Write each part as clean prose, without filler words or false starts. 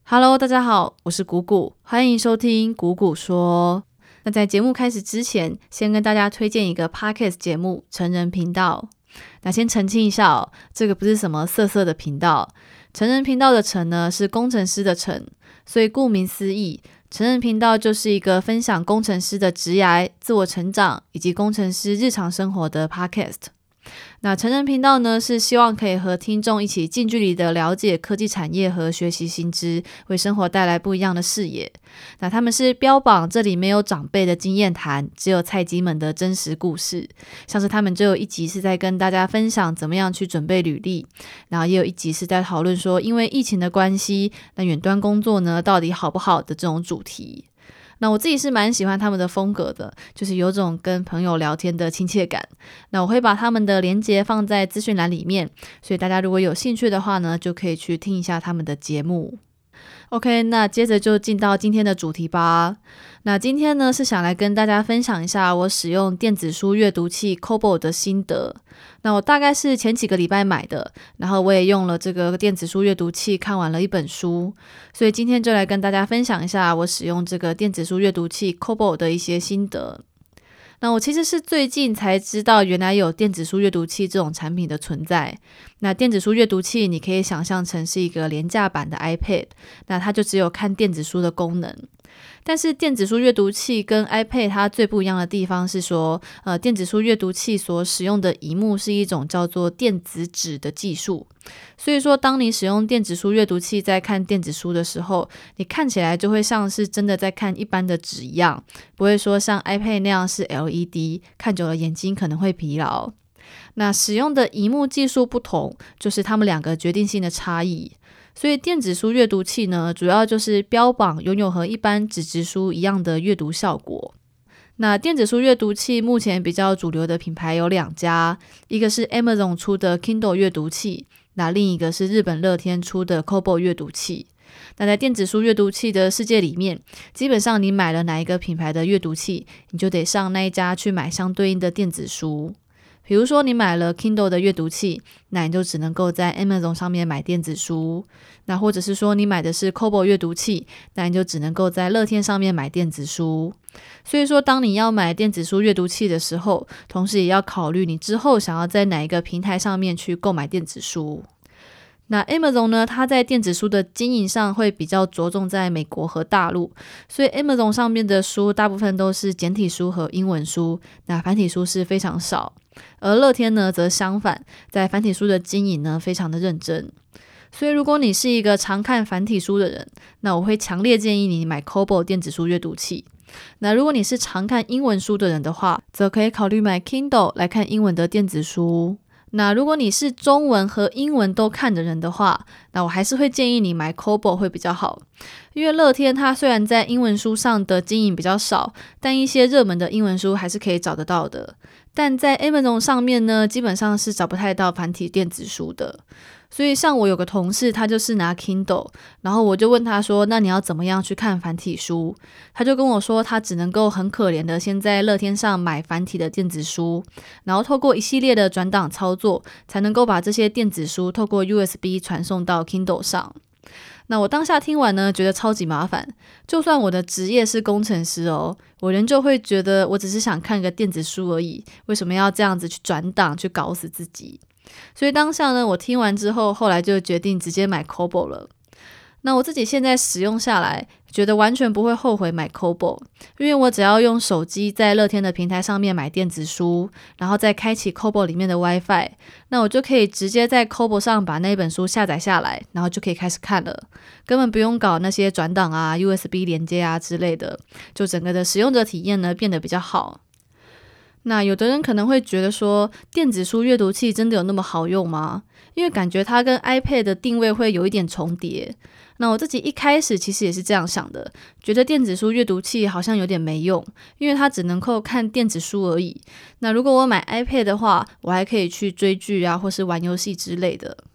Hello， 大家好，我是谷谷，欢迎收听谷谷说。那在节目开始之前，先跟大家推荐一个 Podcast 节目成人频道。那先澄清一下哦，这个不是什么色色的频道。成人频道的成呢是工程师的成，所以顾名思义，成人频道就是一个分享工程师的职涯、自我成长以及工程师日常生活的 Podcast。那成人频道呢，是希望可以和听众一起近距离的了解科技产业和学习新知，为生活带来不一样的视野。那他们是标榜这里没有长辈的经验谈，只有菜鸡们的真实故事。像是他们就有一集是在跟大家分享怎么样去准备履历，然后也有一集是在讨论说，因为疫情的关系，那远端工作呢到底好不好的这种主题。那我自己是蛮喜欢他们的风格的，就是有种跟朋友聊天的亲切感。那我会把他们的连结放在资讯栏里面，所以大家如果有兴趣的话呢，就可以去听一下他们的节目。OK， 那接着就进到今天的主题吧。那今天呢是想来跟大家分享一下我使用电子书阅读器 Kobo 的心得。那我大概是前几个礼拜买的，然后我也用了这个电子书阅读器看完了一本书，所以今天就来跟大家分享一下我使用这个电子书阅读器 Kobo 的一些心得。那我其实是最近才知道原来有电子书阅读器这种产品的存在。那电子书阅读器你可以想象成是一个廉价版的 iPad， 那它就只有看电子书的功能。但是电子书阅读器跟 iPad 它最不一样的地方是说，电子书阅读器所使用的萤幕是一种叫做电子纸的技术，所以说当你使用电子书阅读器在看电子书的时候，你看起来就会像是真的在看一般的纸一样，不会说像 iPad 那样是 LED， 看久了眼睛可能会疲劳。那使用的萤幕技术不同，就是它们两个决定性的差异。所以电子书阅读器呢，主要就是标榜拥有和一般纸质书一样的阅读效果。那电子书阅读器目前比较主流的品牌有两家，一个是 Amazon 出的 Kindle 阅读器，那另一个是日本乐天出的 Kobo 阅读器。那在电子书阅读器的世界里面，基本上你买了哪一个品牌的阅读器，你就得上那一家去买相对应的电子书。比如说你买了 Kindle 的阅读器，那你就只能够在 Amazon 上面买电子书。那或者是说你买的是 Kobo 阅读器，那你就只能够在乐天上面买电子书。所以说当你要买电子书阅读器的时候，同时也要考虑你之后想要在哪一个平台上面去购买电子书。那 Amazon 呢，它在电子书的经营上会比较着重在美国和大陆，所以 Amazon 上面的书大部分都是简体书和英文书，那繁体书是非常少。而乐天呢则相反，在繁体书的经营呢非常的认真。所以如果你是一个常看繁体书的人，那我会强烈建议你买 Kobo 电子书阅读器。那如果你是常看英文书的人的话，则可以考虑买 Kindle 来看英文的电子书。那如果你是中文和英文都看的人的话，那我还是会建议你买 Kobo 会比较好。因为乐天它虽然在英文书上的经营比较少，但一些热门的英文书还是可以找得到的。但在 Amazon 上面呢，基本上是找不太到繁体电子书的。所以像我有个同事，他就是拿 Kindle， 然后我就问他说，那你要怎么样去看繁体书？他就跟我说，他只能够很可怜的先在乐天上买繁体的电子书，然后透过一系列的转档操作，才能够把这些电子书透过 USB 传送到 Kindle 上。那我当下听完呢，觉得超级麻烦。就算我的职业是工程师哦，我仍旧会觉得我只是想看个电子书而已，为什么要这样子去转档，去搞死自己？所以当下呢，我听完之后，后来就决定直接买 Kobo 了。那我自己现在使用下来，觉得完全不会后悔买 Kobo， 因为我只要用手机在乐天的平台上面买电子书，然后再开启 Kobo 里面的 WiFi， 那我就可以直接在 Kobo 上把那本书下载下来，然后就可以开始看了，根本不用搞那些转档啊、USB 连接啊之类的，就整个的使用者体验呢变得比较好。那有的人可能会觉得说，电子书阅读器真的有那么好用吗？因为感觉它跟 iPad 的定位会有一点重叠。那我自己一开始其实也是这样想的，觉得电子书阅读器好像有点没用，因为它只能够看电子书而已。那如果我买 iPad 的话，我还可以去追剧啊，或是玩游戏之类的。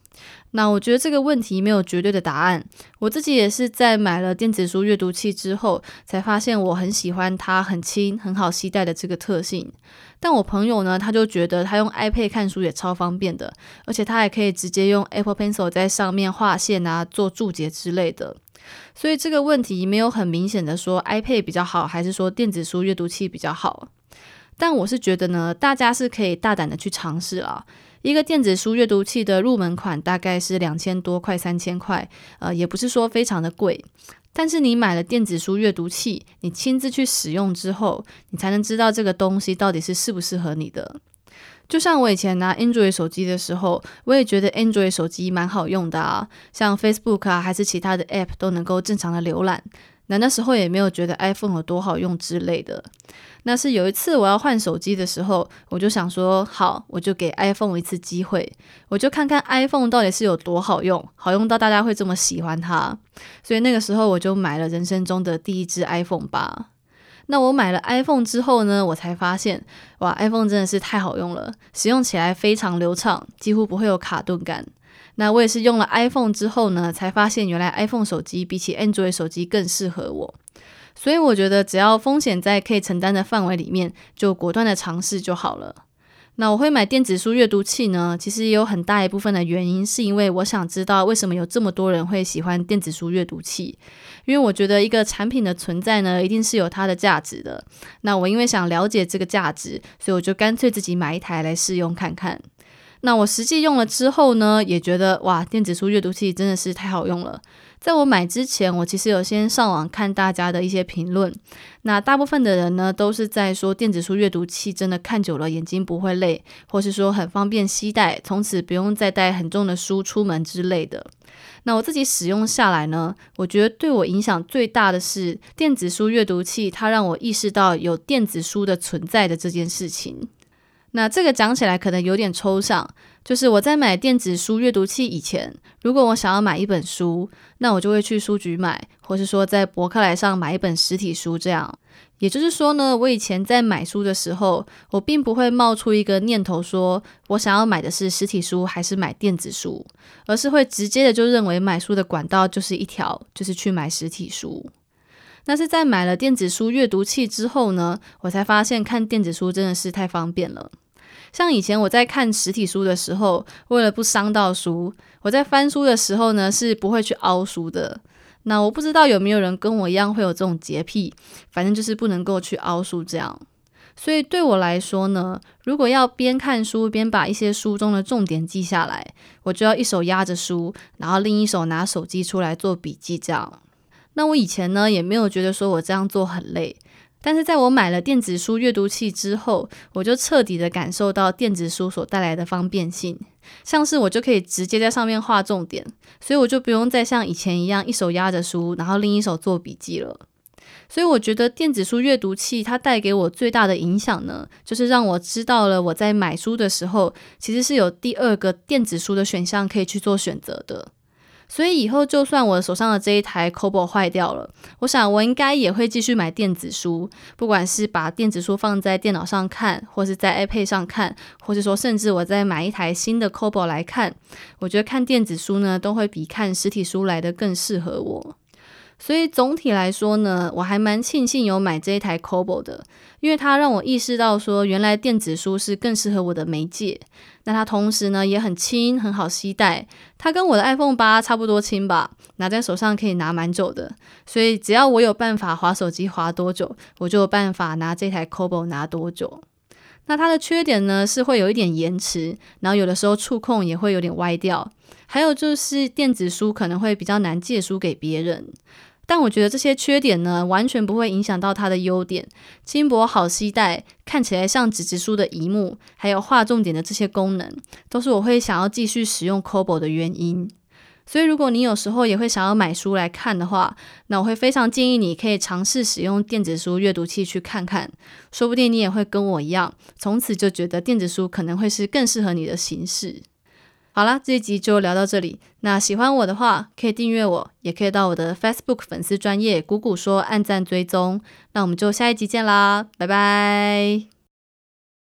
那我觉得这个问题没有绝对的答案，我自己也是在买了电子书阅读器之后，才发现我很喜欢它很轻、很好携带的这个特性。但我朋友呢，他就觉得他用 iPad 看书也超方便的，而且他还可以直接用 Apple Pencil 在上面画线啊、做注解之类的。所以这个问题没有很明显的说 iPad 比较好，还是说电子书阅读器比较好。但我是觉得呢，大家是可以大胆的去尝试啦。一个电子书阅读器的入门款大概是2000多块、3000块，也不是说非常的贵。但是你买了电子书阅读器，你亲自去使用之后，你才能知道这个东西到底是适不适合你的。就像我以前拿 Android 手机的时候，我也觉得 Android 手机蛮好用的啊，像 Facebook 啊，还是其他的 App 都能够正常的浏览。那时候也没有觉得 iPhone 有多好用之类的。那是有一次我要换手机的时候，我就想说好，我就给 iPhone 一次机会，我就看看 iPhone 到底是有多好用，好用到大家会这么喜欢它。所以那个时候我就买了人生中的第一支 iPhone 吧。那我买了 iPhone 之后呢，我才发现哇 iPhone 真的是太好用了，使用起来非常流畅，几乎不会有卡顿感。那我也是用了 iPhone 之后呢，才发现原来 iPhone 手机比起 Android 手机更适合我。所以我觉得只要风险在可以承担的范围里面，就果断的尝试就好了。那我会买电子书阅读器呢，其实也有很大一部分的原因是因为我想知道为什么有这么多人会喜欢电子书阅读器。因为我觉得一个产品的存在呢，一定是有它的价值的。那我因为想了解这个价值，所以我就干脆自己买一台来试用看看。那我实际用了之后呢，也觉得哇，电子书阅读器真的是太好用了。在我买之前，我其实有先上网看大家的一些评论，那大部分的人呢都是在说电子书阅读器真的看久了眼睛不会累，或是说很方便携带，从此不用再带很重的书出门之类的。那我自己使用下来呢，我觉得对我影响最大的是电子书阅读器，它让我意识到有电子书的存在的这件事情。那这个讲起来可能有点抽象，就是我在买电子书阅读器以前，如果我想要买一本书，那我就会去书局买，或是说在博客来上买一本实体书这样。也就是说呢，我以前在买书的时候，我并不会冒出一个念头说我想要买的是实体书还是买电子书，而是会直接的就认为买书的管道就是一条，就是去买实体书。那是在买了电子书阅读器之后呢，我才发现看电子书真的是太方便了。像以前我在看实体书的时候，为了不伤到书，我在翻书的时候呢是不会去凹书的。那我不知道有没有人跟我一样会有这种洁癖，反正就是不能够去凹书这样。所以对我来说呢，如果要边看书边把一些书中的重点记下来，我就要一手压着书，然后另一手拿手机出来做笔记这样。那我以前呢也没有觉得说我这样做很累，但是在我买了电子书阅读器之后，我就彻底的感受到电子书所带来的方便性，像是我就可以直接在上面画重点，所以我就不用再像以前一样一手压着书，然后另一手做笔记了。所以我觉得电子书阅读器它带给我最大的影响呢，就是让我知道了我在买书的时候，其实是有第二个电子书的选项可以去做选择的。所以以后就算我手上的这一台 Kobo 坏掉了，我想我应该也会继续买电子书，不管是把电子书放在电脑上看，或是在 iPad 上看，或是说甚至我再买一台新的 Kobo 来看，我觉得看电子书呢都会比看实体书来的更适合我。所以总体来说呢，我还蛮庆幸有买这一台 Kobo 的，因为它让我意识到说原来电子书是更适合我的媒介。那它同时呢也很轻，很好携带，它跟我的 iPhone 8差不多轻吧，拿在手上可以拿蛮久的。所以只要我有办法滑手机滑多久，我就有办法拿这台 Kobo 拿多久。那它的缺点呢是会有一点延迟，然后有的时候触控也会有点歪掉，还有就是电子书可能会比较难借书给别人。但我觉得这些缺点呢，完全不会影响到它的优点，轻薄好携带，看起来像纸质书的萤幕，还有画重点的这些功能，都是我会想要继续使用 Kobo 的原因。所以如果你有时候也会想要买书来看的话，那我会非常建议你可以尝试使用电子书阅读器去看看，说不定你也会跟我一样，从此就觉得电子书可能会是更适合你的形式。好啦，这一集就聊到这里。那喜欢我的话，可以订阅我，也可以到我的 Facebook 粉丝专页谷谷说按赞追踪。那我们就下一集见啦，拜拜。